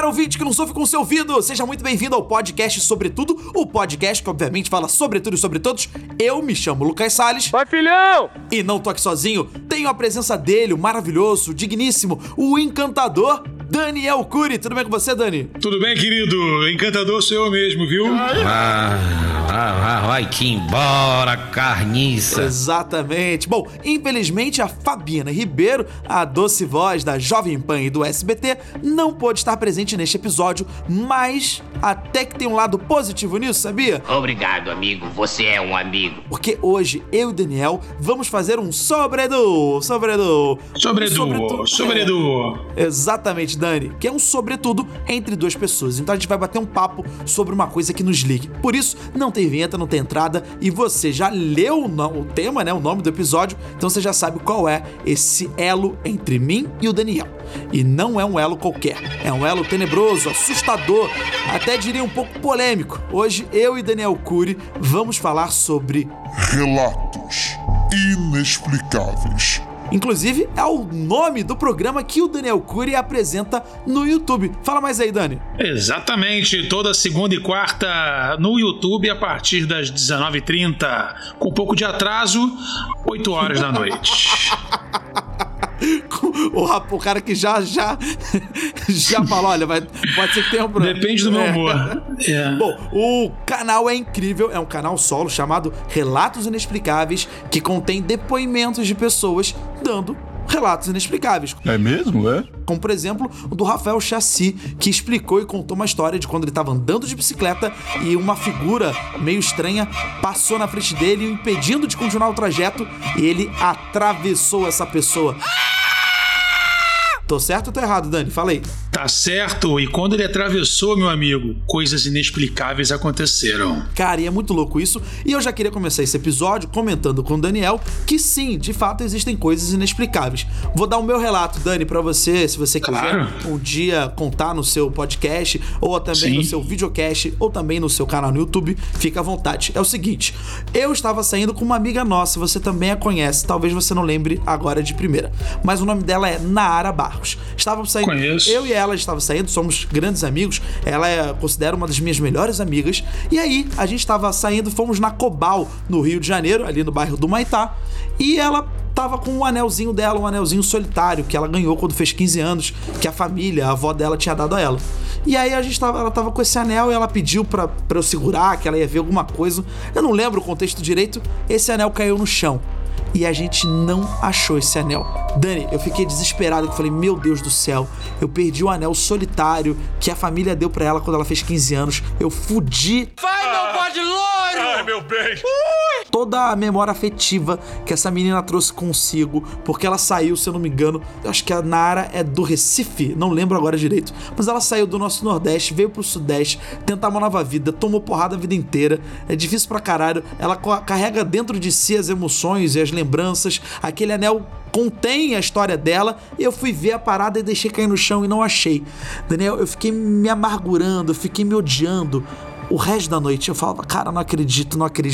ouvinte que não sofre com o seu ouvido, seja muito bem-vindo ao podcast Sobretudo, o podcast que obviamente fala sobre tudo e sobre todos. Eu me chamo Lucas Salles. Vai, filhão! E não tô aqui sozinho, tenho a presença dele, o maravilhoso, o digníssimo, o encantador, Daniel Cury. Tudo bem com você, Dani? Tudo bem, querido? Encantador sou eu mesmo, viu? Vai que embora, carniça. Exatamente. Bom, infelizmente a Fabiana Ribeiro, a doce voz da Jovem Pan e do SBT, não pôde estar presente neste episódio, mas até que tem um lado positivo nisso, sabia? Obrigado, amigo. Você é um amigo. Porque hoje eu e o Daniel vamos fazer um Sobredu. Exatamente, Dani, que é um sobretudo entre duas pessoas. Então a gente vai bater um papo sobre uma coisa que nos ligue. Por isso, não tem vinheta, não tem entrada, e você já leu o tema, né, o nome do episódio, então você já sabe qual é esse elo entre mim e o Daniel. E não é um elo qualquer, é um elo tenebroso, assustador, até diria um pouco polêmico. Hoje, eu e Daniel Cury vamos falar sobre Relatos Inexplicáveis. Inclusive, é o nome do programa que o Daniel Cury apresenta no YouTube. Fala mais aí, Dani. Exatamente, toda segunda e quarta no YouTube a partir das 19h30. Com um pouco de atraso, 8 horas da noite. O cara que já falou, olha, pode ser que tenha um problema. Depende do meu humor. Bom, o canal é incrível, é um canal solo chamado Relatos Inexplicáveis, que contém depoimentos de pessoas dando relatos inexplicáveis. É mesmo, é? Como, por exemplo, o do Rafael Chassi, que explicou e contou uma história de quando ele estava andando de bicicleta e uma figura meio estranha passou na frente dele, impedindo de continuar o trajeto, e ele atravessou essa pessoa. Tô certo ou tô errado, Dani? Fala aí. Tá certo, e quando ele atravessou, meu amigo, coisas inexplicáveis aconteceram. Cara, e é muito louco isso, e eu já queria começar esse episódio comentando com o Daniel que sim, de fato existem coisas inexplicáveis. Vou dar o meu relato, Dani, pra você, se você quiser um dia contar no seu podcast, ou também no seu videocast, ou também no seu canal no YouTube, fica à vontade. É o seguinte, eu estava saindo com uma amiga nossa, você também a conhece, talvez você não lembre agora de primeira, mas o nome dela é Nara Barros. Estávamos saindo, conheço. Eu e ela estava saindo, somos grandes amigos, ela considera uma das minhas melhores amigas, e aí a gente estava saindo, fomos na Cobal, no Rio de Janeiro, ali no bairro do Maitá, e ela tava com um anelzinho dela, um anelzinho solitário, que ela ganhou quando fez 15 anos, que a família, a avó dela tinha dado a ela. E aí ela tava com esse anel e ela pediu pra eu segurar, que ela ia ver alguma coisa, eu não lembro o contexto direito, esse anel caiu no chão. E a gente não achou esse anel. Dani, eu fiquei desesperado, eu falei, meu Deus do céu, eu perdi o anel solitário que a família deu pra ela quando ela fez 15 anos. Eu fudi. Vai, meu bode loiro! Ai, meu bem! Toda a memória afetiva que essa menina trouxe consigo, porque ela saiu, se eu não me engano, eu acho que a Nara é do Recife, não lembro agora direito, mas ela saiu do nosso Nordeste, veio pro Sudeste, tentar uma nova vida, tomou porrada a vida inteira, é difícil pra caralho, ela carrega dentro de si as emoções e as lembranças, aquele anel contém a história dela, e eu fui ver a parada e deixei cair no chão e não achei. Daniel, eu fiquei me amargurando, eu fiquei me odiando. O resto da noite eu falava, cara, não acredito.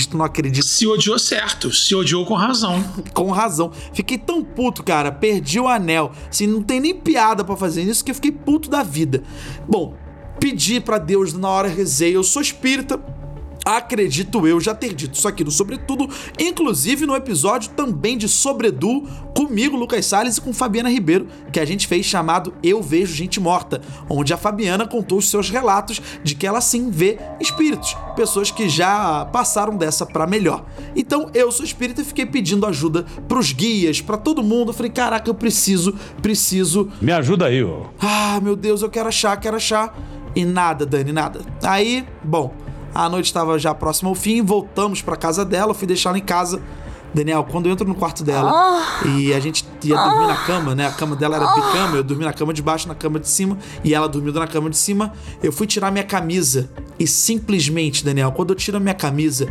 Se odiou certo, se odiou com razão. Com razão. Fiquei tão puto, cara, perdi o anel. Assim, não tem nem piada pra fazer isso, que eu fiquei puto da vida. Bom, pedi pra Deus, na hora rezei, eu sou espírita, acredito eu já ter dito isso aqui no Sobretudo, inclusive no episódio também de Sobredu, comigo, Lucas Salles, e com Fabiana Ribeiro, que a gente fez chamado Eu Vejo Gente Morta, onde a Fabiana contou os seus relatos de que ela sim vê espíritos, pessoas que já passaram dessa pra melhor. Então eu sou espírita e fiquei pedindo ajuda pros guias, pra todo mundo. Eu falei, caraca, eu preciso. Me ajuda aí, ó. Ah, meu Deus, eu quero achar. E nada, Dani, nada. Aí, bom, a noite estava já próxima ao fim, voltamos pra casa dela, eu fui deixar ela em casa. Daniel, quando eu entro no quarto dela e a gente ia dormir na cama, né? A cama dela era bicama, eu dormi na cama de baixo, na cama de cima, e ela dormiu na cama de cima. Eu fui tirar minha camisa e simplesmente, Daniel, quando eu tiro a minha camisa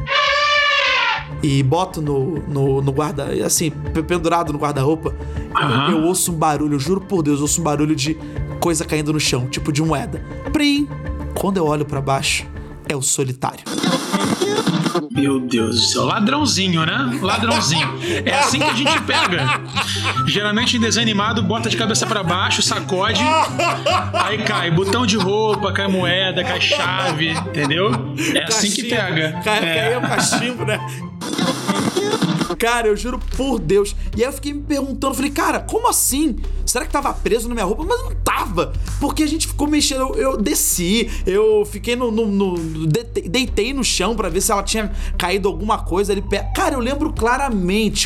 e boto no guarda, assim, pendurado no guarda-roupa, eu ouço um barulho, eu juro por Deus, eu ouço um barulho de coisa caindo no chão, tipo de moeda. Prim! Quando eu olho pra baixo, é o solitário. Meu Deus do céu. Ladrãozinho, né? Ladrãozinho. É assim que a gente pega. Geralmente em desenho animado, bota de cabeça pra baixo, sacode, aí cai botão de roupa, cai moeda, cai chave, entendeu? É assim que pega. Caiu o cachimbo, né? Cara, eu juro por Deus. E aí eu fiquei me perguntando, falei, cara, como assim? Será que tava preso na minha roupa? Mas não tava. Porque a gente ficou mexendo, eu desci, eu fiquei deitei no chão pra ver se ela tinha caído alguma coisa ali perto. Cara, eu lembro claramente,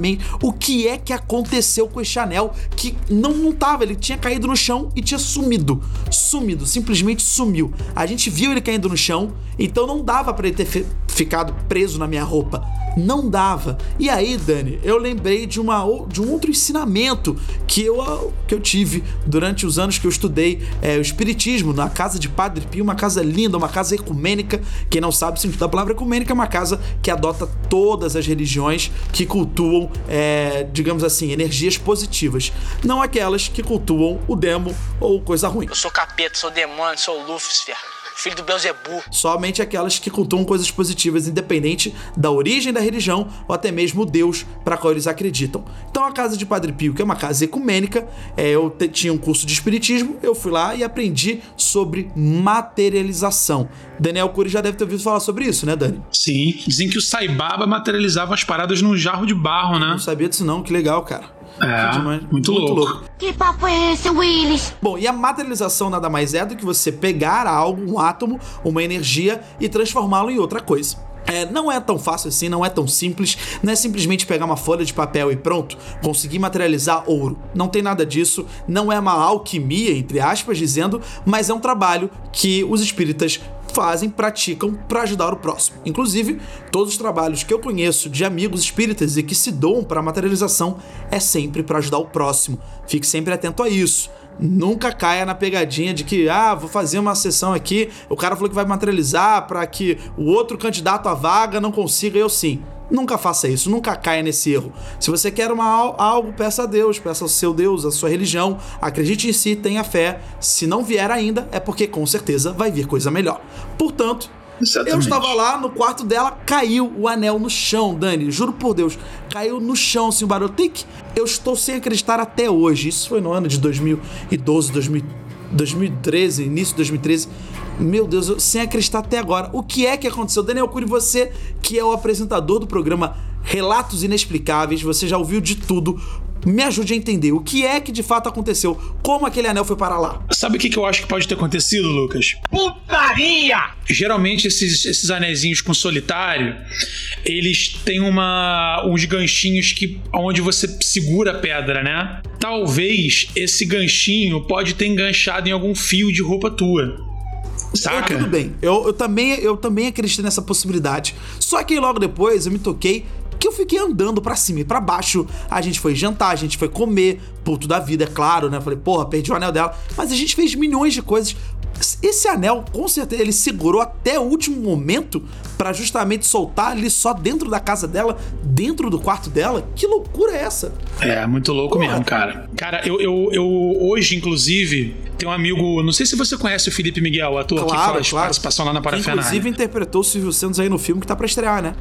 o que é que aconteceu com esse anel, que não tava, ele tinha caído no chão e tinha sumido, simplesmente sumiu. A gente viu ele caindo no chão, então não dava pra ele ter ficado preso na minha roupa. Não dava. E aí, Dani, eu lembrei de um outro ensinamento que eu tive durante os anos que eu estudei o Espiritismo na casa de Padre Pio, uma casa linda, uma casa ecumênica. Quem não sabe o sentido da palavra ecumênica, é uma casa que adota todas as religiões que cultuam, digamos assim, energias positivas. Não aquelas que cultuam o demo ou coisa ruim. Eu sou capeta, sou demônio, sou Lúcifer, filho do Beelzebub. Somente aquelas que cultuam coisas positivas, independente da origem da religião ou até mesmo o Deus para qual eles acreditam. Então a casa de Padre Pio, que é uma casa ecumênica, eu tinha um curso de espiritismo, eu fui lá e aprendi sobre materialização. Daniel Cury já deve ter ouvido falar sobre isso, né, Dani? Sim, dizem que o Sai Baba materializava as paradas num jarro de barro, né? Não sabia disso não, que legal, cara. Muito louco. Que papo é esse, Willis? Bom, e a materialização nada mais é do que você pegar algo, um átomo, uma energia e transformá-lo em outra coisa. Não é tão fácil assim, não é tão simples, não é simplesmente pegar uma folha de papel e pronto, conseguir materializar ouro. Não tem nada disso, não é uma alquimia, entre aspas, dizendo, mas é um trabalho que os espíritas praticam para ajudar o próximo. Inclusive, todos os trabalhos que eu conheço de amigos espíritas e que se doam para a materialização é sempre para ajudar o próximo. Fique sempre atento a isso. Nunca caia na pegadinha de que, vou fazer uma sessão aqui, o cara falou que vai materializar para que o outro candidato à vaga não consiga, eu sim. Nunca faça isso, nunca caia nesse erro. Se você quer algo, peça a Deus, peça ao seu Deus, a sua religião, acredite em si, tenha fé. Se não vier ainda, é porque com certeza vai vir coisa melhor. Portanto, exatamente. Eu estava lá no quarto dela, caiu o anel no chão, Dani, juro por Deus, caiu no chão, assim, o barulho, tic. Eu estou sem acreditar até hoje. Isso foi no ano de 2012, 2013, início de 2013. Meu Deus, eu sem acreditar até agora. O que é que aconteceu? Daniel Cury, você que é o apresentador do programa Relatos Inexplicáveis, você já ouviu de tudo. Me ajude a entender o que é que de fato aconteceu, como aquele anel foi parar lá. Sabe o que eu acho que pode ter acontecido, Lucas? Putaria! Geralmente esses anéisinhos com solitário, eles têm uns ganchinhos onde você segura a pedra, né? Talvez esse ganchinho pode ter enganchado em algum fio de roupa tua. Saca? Tudo bem, eu também acreditei nessa possibilidade. Só que logo depois eu me toquei que eu fiquei andando pra cima e pra baixo. A gente foi jantar, a gente foi comer, puto da vida, é claro, né? Falei, porra, perdi o anel dela. Mas a gente fez milhões de coisas. Esse anel, com certeza, ele segurou até o último momento pra justamente soltar ali só dentro da casa dela, dentro do quarto dela. Que loucura é essa? É, muito louco mesmo, cara. Cara, eu hoje, inclusive, tem um amigo, não sei se você conhece o Felipe Miguel, o ator que faz participação lá na Parafernália. Inclusive interpretou o Silvio Santos aí no filme que tá pra estrear, né?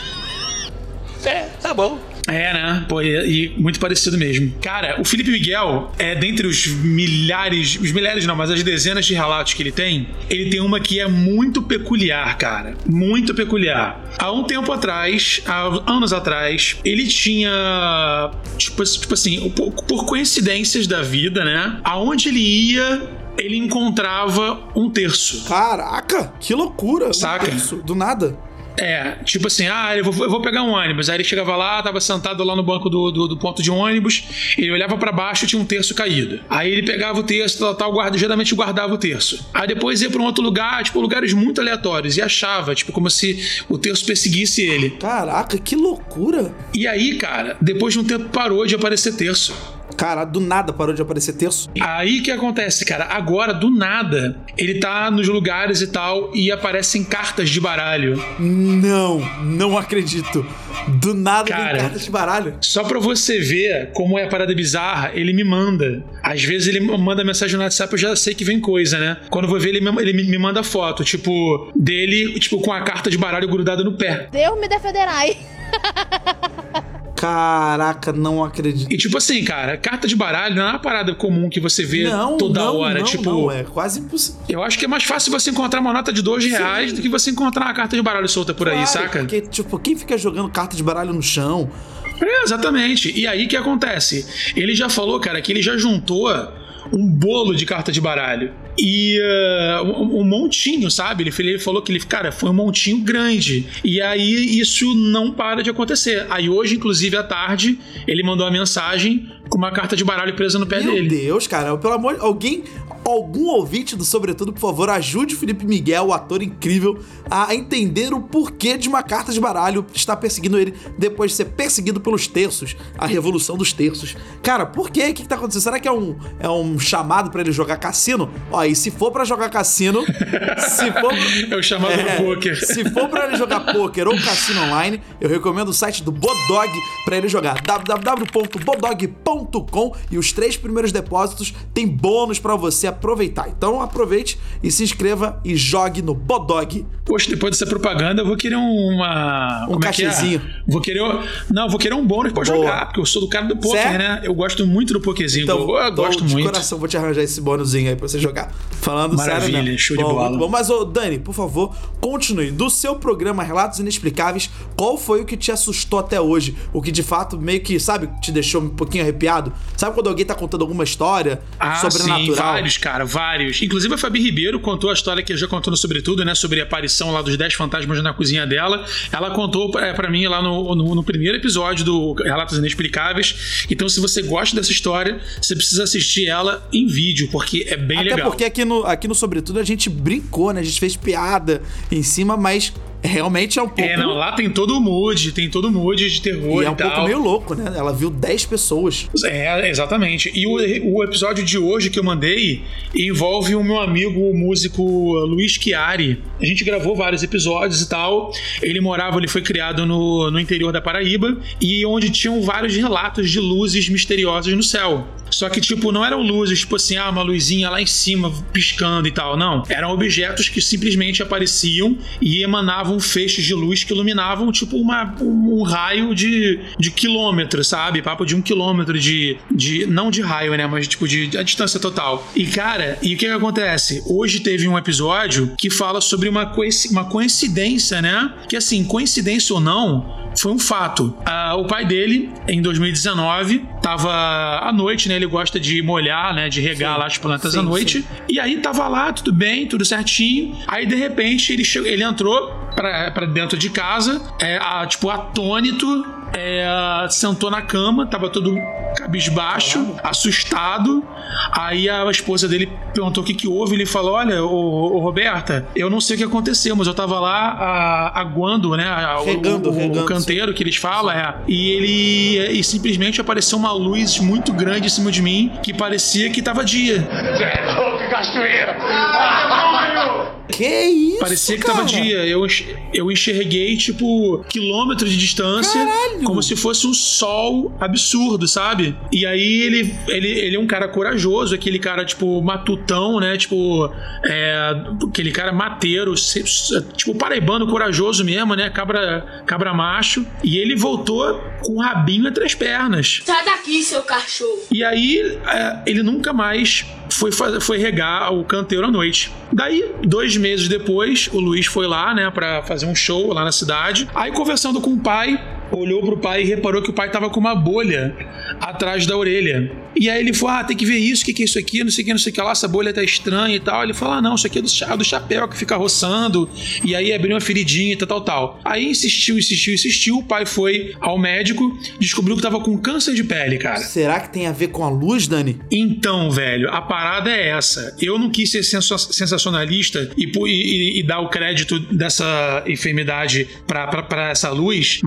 Tá bom. É, né? Pô, e muito parecido mesmo. Cara, o Felipe Miguel dentre os milhares não, mas as dezenas de relatos que ele tem uma que é muito peculiar, cara. Muito peculiar. Há um tempo atrás, há anos atrás, ele tinha, tipo assim, por coincidências da vida, né? Aonde ele ia, ele encontrava um terço. Caraca, que loucura. Saca? Um terço, do nada. Tipo assim, eu vou pegar um ônibus. Aí ele chegava lá, tava sentado lá no banco do ponto de ônibus, ele olhava pra baixo e tinha um terço caído. Aí ele pegava o terço, geralmente guardava o terço. Aí depois ia pra um outro lugar, tipo, lugares muito aleatórios, e achava, tipo, como se o terço perseguisse ele. Caraca, que loucura. E aí, cara, depois de um tempo parou de aparecer terço. Cara, do nada parou de aparecer terço. Aí que acontece, cara? Agora, do nada, ele tá nos lugares e tal e aparecem cartas de baralho. Não acredito. Do nada cara, vem cartas de baralho. Só pra você ver como é a parada bizarra, ele me manda. Às vezes ele manda mensagem no WhatsApp, eu já sei que vem coisa, né? Quando eu vou ver, ele me manda foto, tipo, dele, tipo, com a carta de baralho grudada no pé. Deus me defenderai. Caraca, não acredito. E tipo assim, cara, carta de baralho não é uma parada comum que você vê toda hora. Tipo, é quase impossível. Eu acho que é mais fácil você encontrar uma nota de R$2 do que você encontrar uma carta de baralho solta por aí, saca? Porque, tipo, quem fica jogando carta de baralho no chão? Exatamente. E aí o que acontece? Ele já falou, cara, que ele já juntou um bolo de carta de baralho. E um montinho, sabe? Ele falou que cara, foi um montinho grande. E aí isso não para de acontecer. Aí hoje, inclusive, à tarde, ele mandou uma mensagem com uma carta de baralho presa no pé dele. Meu Deus, cara. Pelo amor de... Algum ouvinte do Sobretudo, por favor, ajude o Felipe Miguel, o ator incrível, a entender o porquê de uma carta de baralho estar perseguindo ele depois de ser perseguido pelos terços, a revolução dos terços. Cara, por quê? O que tá acontecendo? Será que é um chamado pra ele jogar cassino? Ó, e se for pra jogar cassino, é o chamado do poker. Se for pra ele jogar poker ou cassino online, eu recomendo o site do Bodog pra ele jogar, www.bodog.com, e os 3 primeiros depósitos tem bônus pra você aproveitar. Então aproveite e se inscreva e jogue no Bodog. Poxa, depois dessa propaganda eu vou querer um cachezinho. Vou querer um bônus pra jogar, porque eu sou do cara do poker, né? Eu gosto muito do pokerzinho. Então, eu gosto muito. De coração, vou te arranjar esse bônusinho aí pra você jogar. Falando Maravilha, sério, Maravilha, show de bola. Muito bom. Mas, Dani, por favor, continue. Do seu programa Relatos Inexplicáveis, qual foi o que te assustou até hoje? O que de fato meio que, sabe, te deixou um pouquinho arrepiado? Sabe quando alguém tá contando alguma história sobrenatural? Sim, vários, cara, vários. Inclusive a Fabi Ribeiro contou a história que ele já contou no Sobretudo, né? Sobre a aparição lá dos 10 fantasmas na cozinha dela. Ela contou pra mim lá no primeiro episódio do Relatos Inexplicáveis. Então, se você gosta dessa história, você precisa assistir ela em vídeo, porque é bem legal. Até porque aqui no Sobretudo a gente brincou, né? A gente fez piada em cima, mas realmente é um pouco... lá tem todo o mood de terror e é um pouco meio louco, né? Ela viu 10 pessoas. Exatamente. E o episódio de hoje que eu mandei envolve o meu amigo, o músico Luiz Chiari. A gente gravou vários episódios e tal. Ele foi criado no interior da Paraíba, e onde tinham vários relatos de luzes misteriosas no céu. Só que, tipo, não eram luzes, tipo assim, uma luzinha lá em cima piscando e tal, não. Eram objetos que simplesmente apareciam e emanavam feixes de luz que iluminavam, tipo, um raio de quilômetros, sabe? Papo de 1 quilômetro de... Não de raio, né? Mas, tipo, a distância total. E, cara, e o que acontece? Hoje teve um episódio que fala sobre uma coincidência, né? Que, assim, coincidência ou não, foi um fato. O pai dele, em 2019, tava à noite, né? Ele gosta de molhar, né? De regar lá as plantas à noite. Sim. E aí tava lá, tudo bem, tudo certinho. Aí, de repente, ele entrou pra dentro de casa, tipo, atônito, sentou na cama, tava todo cabisbaixo, assustado. Aí a esposa dele perguntou o que houve. Ele falou: olha, ô Roberta, eu não sei o que aconteceu, mas eu tava lá aguando, né? Regando, o canteiro, sim, que eles falam, e simplesmente apareceu uma luz muito grande em cima de mim, que parecia que tava dia. Que cachoeira! Que isso, parecia que tava dia. Eu enxerguei, tipo, quilômetros de distância. Caralho. Como se fosse um sol absurdo, sabe? E aí ele é um cara corajoso, aquele cara, tipo, matutão, né? Tipo, aquele cara mateiro, tipo, paraibano corajoso mesmo, né? Cabra macho. E ele voltou com o rabinho entre as pernas. Sai daqui, seu cachorro! E aí ele nunca mais foi regar o canteiro à noite. Daí, 2 meses depois, o Luiz foi lá, né, pra fazer um show lá na cidade. Aí, conversando com o pai, olhou pro pai e reparou que o pai tava com uma bolha atrás da orelha. E aí ele falou: tem que ver isso, o que é isso aqui, não sei o que lá, essa bolha tá estranha e tal. Ele falou: não, isso aqui é do chapéu que fica roçando. E aí abriu uma feridinha e tal. Aí insistiu. O pai foi ao médico, descobriu que tava com câncer de pele, cara. Será que tem a ver com a luz, Dani? Então, velho, a parada é essa. Eu não quis ser sensacionalista e dar o crédito dessa enfermidade pra essa luz, mas, cara,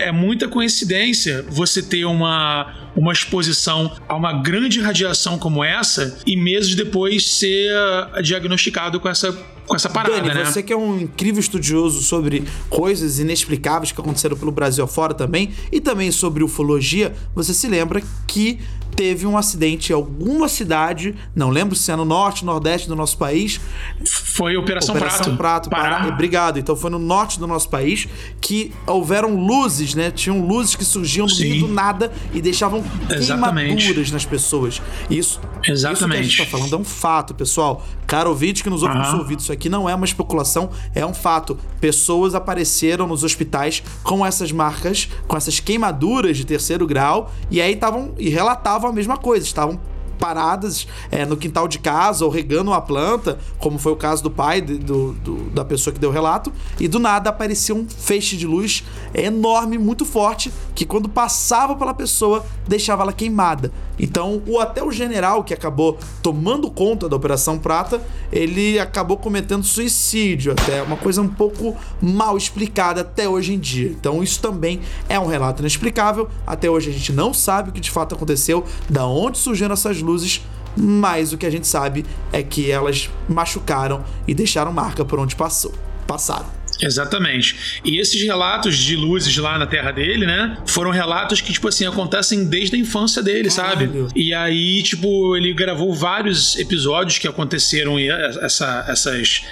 é muita coincidência você ter uma exposição a uma grande radiação como essa e meses depois ser diagnosticado com essa parada, Dani, né? Você que é um incrível estudioso sobre coisas inexplicáveis que aconteceram pelo Brasil afora também, e também sobre ufologia, você se lembra que teve um acidente em alguma cidade, não lembro se é no norte, nordeste do nosso país. Foi Operação Prato. Pará. Obrigado. Então foi no norte do nosso país que houveram luzes, né? Tinham luzes que surgiam no meio do nada e deixavam queimaduras nas pessoas. Isso que a gente tá falando é um fato, pessoal. Caro ouvinte que nos ouve com seu ouvido, isso aqui não é uma especulação, é um fato. Pessoas apareceram nos hospitais com essas marcas, com essas queimaduras de 3º grau, e aí relatavam a mesma coisa, estavam paradas no quintal de casa ou regando uma planta, como foi o caso do pai da pessoa que deu o relato, e do nada aparecia um feixe de luz enorme, muito forte, que quando passava pela pessoa, deixava ela queimada. Então, até o general que acabou tomando conta da Operação Prata, ele acabou cometendo suicídio, até uma coisa um pouco mal explicada até hoje em dia. Então, isso também é um relato inexplicável. Até hoje a gente não sabe o que de fato aconteceu, da onde surgiram essas luzes, mas o que a gente sabe é que elas machucaram e deixaram marca por onde passaram. Exatamente. E esses relatos de luzes lá na terra dele, né? Foram relatos que, tipo assim, acontecem desde a infância dele, sabe? E aí, tipo, ele gravou vários episódios que aconteceram e esses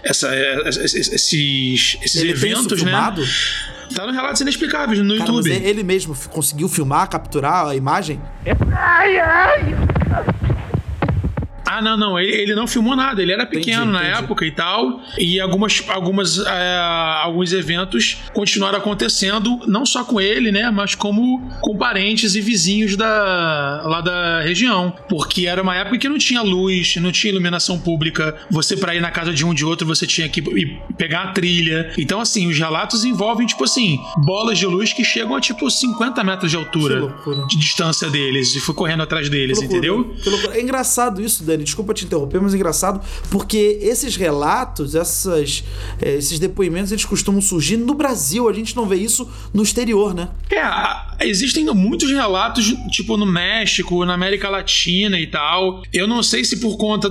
eventos, né? Tá no Relatos Inexplicáveis no YouTube. Mas ele mesmo conseguiu filmar, capturar a imagem? Não, ele não filmou nada, ele era pequeno na época e tal, e alguns eventos continuaram acontecendo, não só com ele, né, mas como com parentes e vizinhos lá da região, porque era uma época que não tinha luz, não tinha iluminação pública, você pra ir na casa de um de outro, você tinha que ir pegar a trilha, então assim, os relatos envolvem, tipo assim, bolas de luz que chegam a tipo 50 metros de altura de distância deles, e foi correndo atrás deles, entendeu? É engraçado isso, Dani, desculpa te interromper, mas é engraçado porque esses relatos, esses depoimentos, eles costumam surgir no Brasil, a gente não vê isso no exterior, né? Existem muitos relatos, tipo no México, na América Latina e tal. Eu não sei se por conta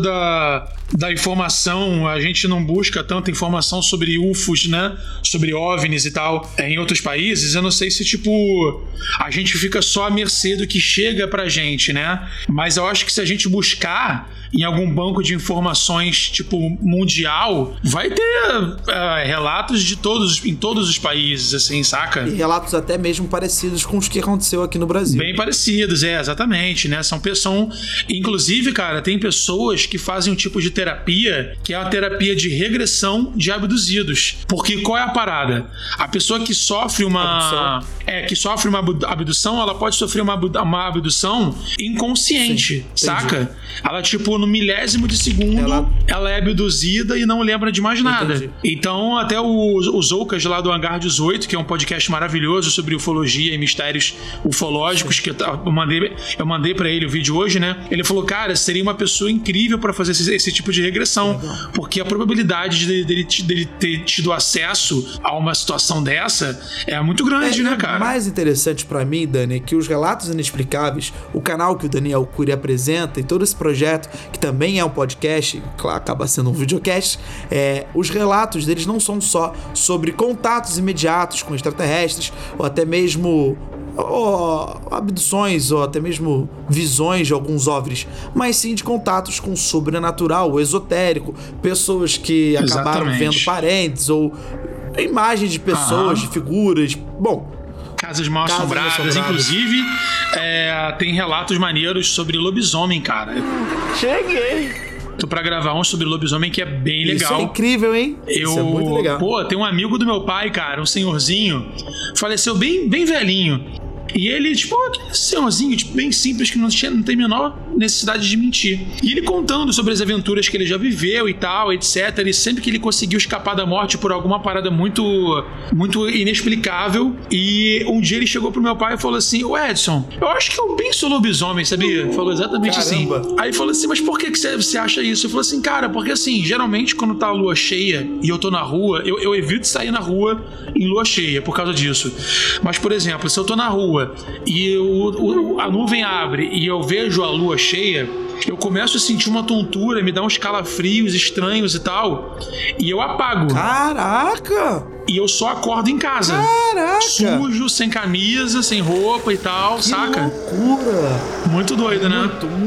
da informação, a gente não busca tanta informação sobre UFOs, né? Sobre OVNIs e tal, em outros países. Eu não sei se, tipo, a gente fica só à mercê do que chega pra gente, né? Mas eu acho que se a gente buscar em algum banco de informações, tipo, mundial, vai ter relatos em todos os países, assim, saca? E relatos até mesmo parecidos com os que aconteceu aqui no Brasil. Bem parecidos, exatamente, né? Inclusive, cara, tem pessoas que fazem um tipo de terapia, que é a terapia de regressão de abduzidos. Porque qual é a parada? A pessoa que sofre uma abdução, ela pode sofrer uma abdução inconsciente, saca? Ela, tipo, no milésimo de segundo, ela é abduzida e não lembra de mais nada. Entendi. Então, até o Zoucas lá do Hangar 18, que é um podcast maravilhoso sobre ufologia e mistérios ufológicos, que eu mandei pra ele o vídeo hoje, né? Ele falou, cara, seria uma pessoa incrível pra fazer esse tipo de regressão, porque a probabilidade dele ter tido acesso a uma situação dessa é muito grande, né, cara? O mais interessante pra mim, Dani, é que os Relatos Inexplicáveis, o canal que o Daniel Cury apresenta e todo esse projeto, que também é um podcast, claro, acaba sendo um videocast, os relatos deles não são só sobre contatos imediatos com extraterrestres, ou até mesmo abduções, ou até mesmo visões de alguns OVNIs, mas sim de contatos com o sobrenatural, o esotérico, pessoas que acabaram vendo parentes, ou imagens de pessoas, de figuras, casas mal assombradas. Inclusive, tem relatos maneiros sobre lobisomem, cara. Cheguei! Tô pra gravar um sobre lobisomem que é bem legal. Isso é incrível, hein? Isso é muito legal. Tem um amigo do meu pai, cara, um senhorzinho, faleceu bem velhinho. E ele, tipo, aquele senhorzinho, tipo, bem simples, que não tem a menor necessidade de mentir. E ele contando sobre as aventuras que ele já viveu e tal, etc. E sempre que ele conseguiu escapar da morte por alguma parada muito, muito inexplicável. E um dia ele chegou pro meu pai e falou assim: ô Edson, eu acho que eu bem sou lobisomem, sabia? Falou exatamente Caramba. assim. Aí falou assim: mas por que você acha isso? Eu falei assim: cara, porque assim, geralmente quando tá a lua cheia e eu tô na rua, eu evito sair na rua em lua cheia por causa disso. Mas, por exemplo, se eu tô na rua e a nuvem abre e eu vejo a lua cheia, eu começo a sentir uma tontura, me dá uns calafrios estranhos e tal, e eu apago. Caraca! E eu só acordo em casa. Caraca! Sujo, sem camisa, sem roupa e tal, Que saca? loucura! Muito doido, né?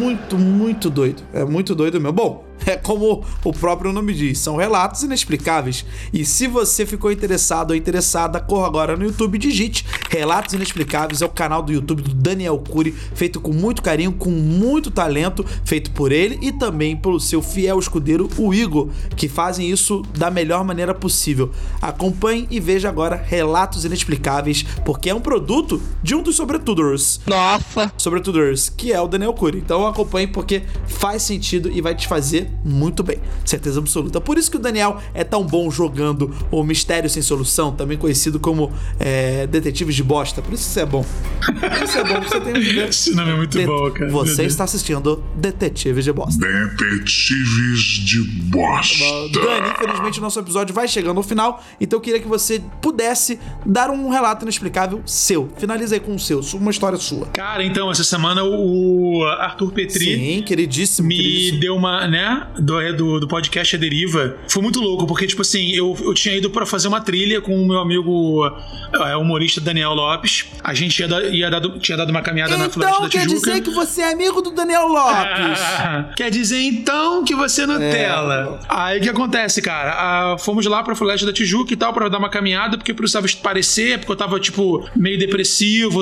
Muito doido. É muito doido mesmo. Bom, é como o próprio nome diz, são relatos inexplicáveis. E se você ficou interessado ou interessada, corra agora no YouTube e digite Relatos Inexplicáveis. É o canal do YouTube do Daniel Cury, feito com muito carinho, com muito talento, feito por ele e também pelo seu fiel escudeiro, o Igor, que fazem isso da melhor maneira possível. Acompanhe e veja agora Relatos Inexplicáveis, porque é um produto de um dos Sobretuders. Nossa! Sobretuders, que é o Daniel Cury. Então acompanhe porque faz sentido e vai te fazer muito bem, certeza absoluta. Por isso que o Daniel é tão bom jogando o Mistério Sem Solução, também conhecido como Detetives de Bosta. Por isso que isso é bom. Por isso é bom, você tem Esse nome é muito bom, cara. Você está assistindo Detetives de Bosta. Detetives de bosta. Dani, infelizmente o nosso episódio vai chegando ao final, então eu queria que você pudesse dar um relato inexplicável seu. Finaliza aí com o seu, uma história sua. Cara, então, essa semana o Arthur Petri Sim, queridíssimo. me deu uma, né, do podcast A Deriva. Foi muito louco, porque, tipo assim, eu tinha ido pra fazer uma trilha com o meu amigo humorista Daniel Lopes. A gente tinha dado uma caminhada na Floresta da Tijuca. Então quer dizer que você é amigo do Daniel Lopes. Quer dizer, então, que você Nutella. Aí, o que acontece, cara? Fomos lá pra Floresta da Tijuca e tal, pra dar uma caminhada, porque eu precisava parecer, porque eu tava, tipo, meio depressivo,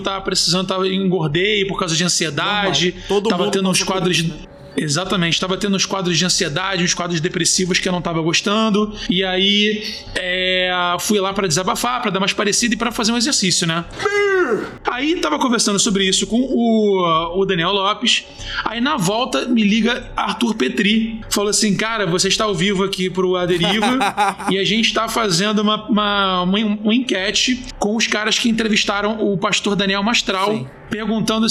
engordei por causa de ansiedade. Tava tendo uns quadros... Exatamente, estava tendo uns quadros de ansiedade, uns quadros depressivos que eu não estava gostando. E aí fui lá para desabafar, para dar mais parecido e para fazer um exercício, né? Aí tava conversando sobre isso com o Daniel Lopes. Aí na volta me liga Arthur Petri. Falou assim: cara, você está ao vivo aqui pro A Deriva e a gente está fazendo uma enquete com os caras que entrevistaram o pastor Daniel Mastral. Sim. Perguntando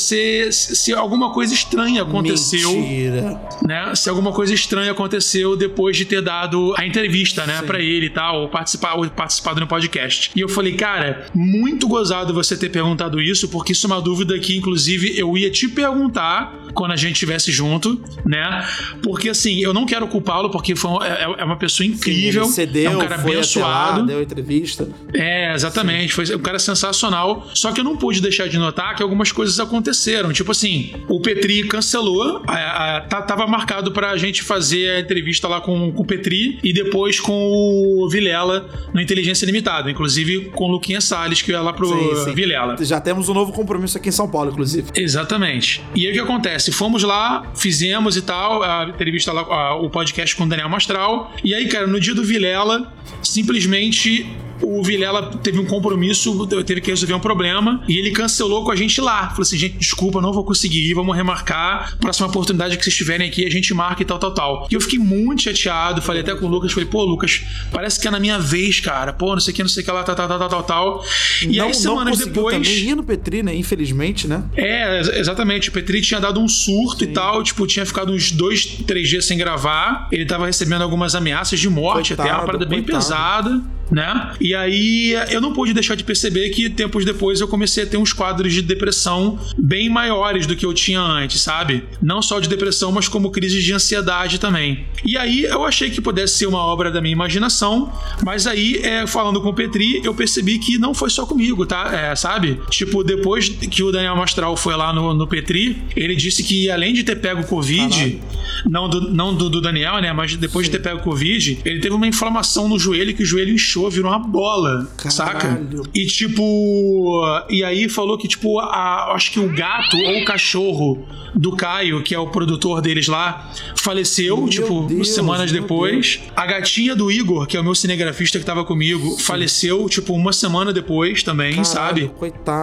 se alguma coisa estranha aconteceu. Mentira. Né? Se alguma coisa estranha aconteceu depois de ter dado a entrevista, né, pra ele e tal, ou participado no podcast. E eu falei: cara, muito gozado você ter perguntado isso, porque isso é uma dúvida que, inclusive, eu ia te perguntar quando a gente estivesse junto, né? Porque, assim, eu não quero culpá-lo, porque é uma pessoa incrível. Sim, ele cedeu, é um cara abençoado. Lá, deu entrevista. Exatamente. Sim. Foi um cara sensacional. Só que eu não pude deixar de notar que algumas coisas aconteceram. Tipo assim, o Petri cancelou, tava marcado pra gente fazer a entrevista lá com o Petri e depois com o Vilela no Inteligência Limitada, inclusive com o Luquinha Salles, que ia lá pro Vilela. Já temos um novo compromisso aqui em São Paulo, inclusive. Exatamente. E aí o que acontece? Fomos lá, fizemos e tal, a entrevista lá, o podcast com o Daniel Mastral, e aí, cara, no dia do Vilela, simplesmente o Vilela teve um compromisso, teve que resolver um problema e ele cancelou com a gente lá. Falou assim: gente, desculpa, não vou conseguir ir, vamos remarcar. Próxima oportunidade que vocês tiverem aqui, a gente marca e tal. E eu fiquei muito chateado, falei até com o Lucas, falei: pô, Lucas, parece que é na minha vez, cara. Pô, não sei o que lá, tal. E aí, semanas depois... também ir no Petri, né? Infelizmente, né? Exatamente. O Petri tinha dado um surto e tal, tipo, tinha ficado uns 2-3 dias sem gravar. Ele tava recebendo algumas ameaças de morte, até uma parada bem pesada, né? E aí eu não pude deixar de perceber que tempos depois eu comecei a ter uns quadros de depressão bem maiores do que eu tinha antes, sabe? Não só de depressão, mas como crises de ansiedade também. E aí eu achei que pudesse ser uma obra da minha imaginação, mas aí, falando com o Petri, eu percebi que não foi só comigo, tá? Sabe? Tipo, depois que o Daniel Mastral foi lá no Petri, ele disse que além de ter pego Covid, não do Daniel, né? Mas depois de ter pego Covid, ele teve uma inflamação no joelho, que o joelho inchou, virou uma bola, saca? E tipo... E aí falou que, tipo, acho que o gato ou o cachorro do Caio, que é o produtor deles lá, faleceu, semanas depois. A gatinha do Igor, que é o meu cinegrafista que tava comigo, faleceu, tipo, uma semana depois também, sabe? Coitado.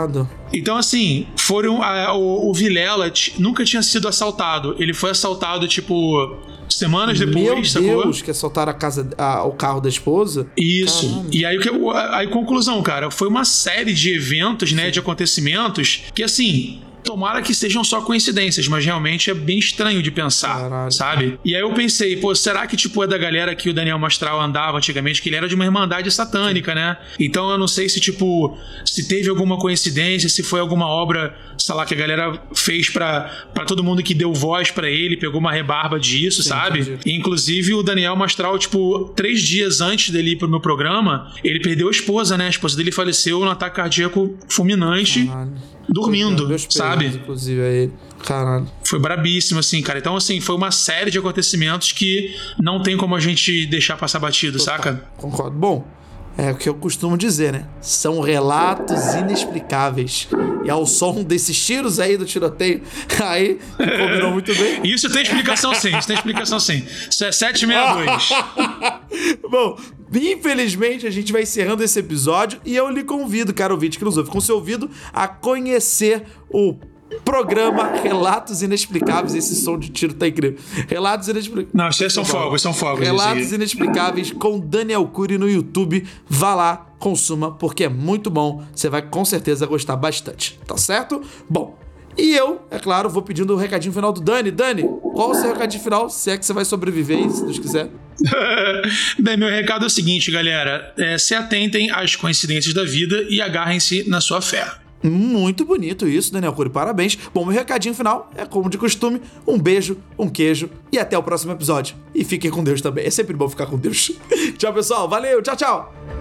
Então, assim, o Vilela nunca tinha sido assaltado. Ele foi assaltado, tipo, semanas depois, sacou? Meu Deus, que assaltaram o carro da esposa? Isso. Caramba. E aí, conclusão, cara, foi uma série de eventos, né, de acontecimentos que, assim... Tomara que sejam só coincidências, mas realmente é bem estranho de pensar, Caralho. sabe? E aí eu pensei, pô, será que tipo é da galera que o Daniel Mastral andava antigamente, que ele era de uma irmandade satânica, né? Então eu não sei se tipo, se teve alguma coincidência, se foi alguma obra, sei lá, que a galera fez pra todo mundo que deu voz pra ele, pegou uma rebarba disso, sabe? Entendi. Inclusive o Daniel Mastral, tipo, 3 dias antes dele ir pro meu programa, ele perdeu a esposa, né? A esposa dele faleceu num ataque cardíaco fulminante. Caralho. Dormindo, Meus sabe? pesos, inclusive, aí. Caralho. Foi brabíssimo, assim, cara. Então, assim, foi uma série de acontecimentos que não tem como a gente deixar passar batido, saca? Concordo. Bom, é o que eu costumo dizer, né? São relatos inexplicáveis. E ao som desses tiros aí do tiroteio, aí combinou muito bem. Isso tem explicação sim, isso é 762. Bom, infelizmente a gente vai encerrando esse episódio e eu lhe convido, caro ouvinte que nos ouve com seu ouvido, a conhecer o programa Relatos Inexplicáveis. Esse som de tiro tá incrível. Relatos Inexplicáveis. Não, esses são fogos. Relatos Inexplicáveis com Daniel Cury no YouTube. Vá lá, consuma, porque é muito bom. Você vai com certeza gostar bastante, tá certo? Bom, e eu, é claro, vou pedindo o recadinho final do Dani. Dani, qual o seu recadinho final? Se é que você vai sobreviver aí, se Deus quiser. Bem, meu recado é o seguinte, galera. Se atentem às coincidências da vida e agarrem-se na sua fé. Muito bonito isso, Daniel Cury, parabéns. Bom, meu recadinho final é, como de costume, um beijo, um queijo e até o próximo episódio. E fiquem com Deus também, é sempre bom ficar com Deus. Tchau, pessoal, valeu, tchau, tchau.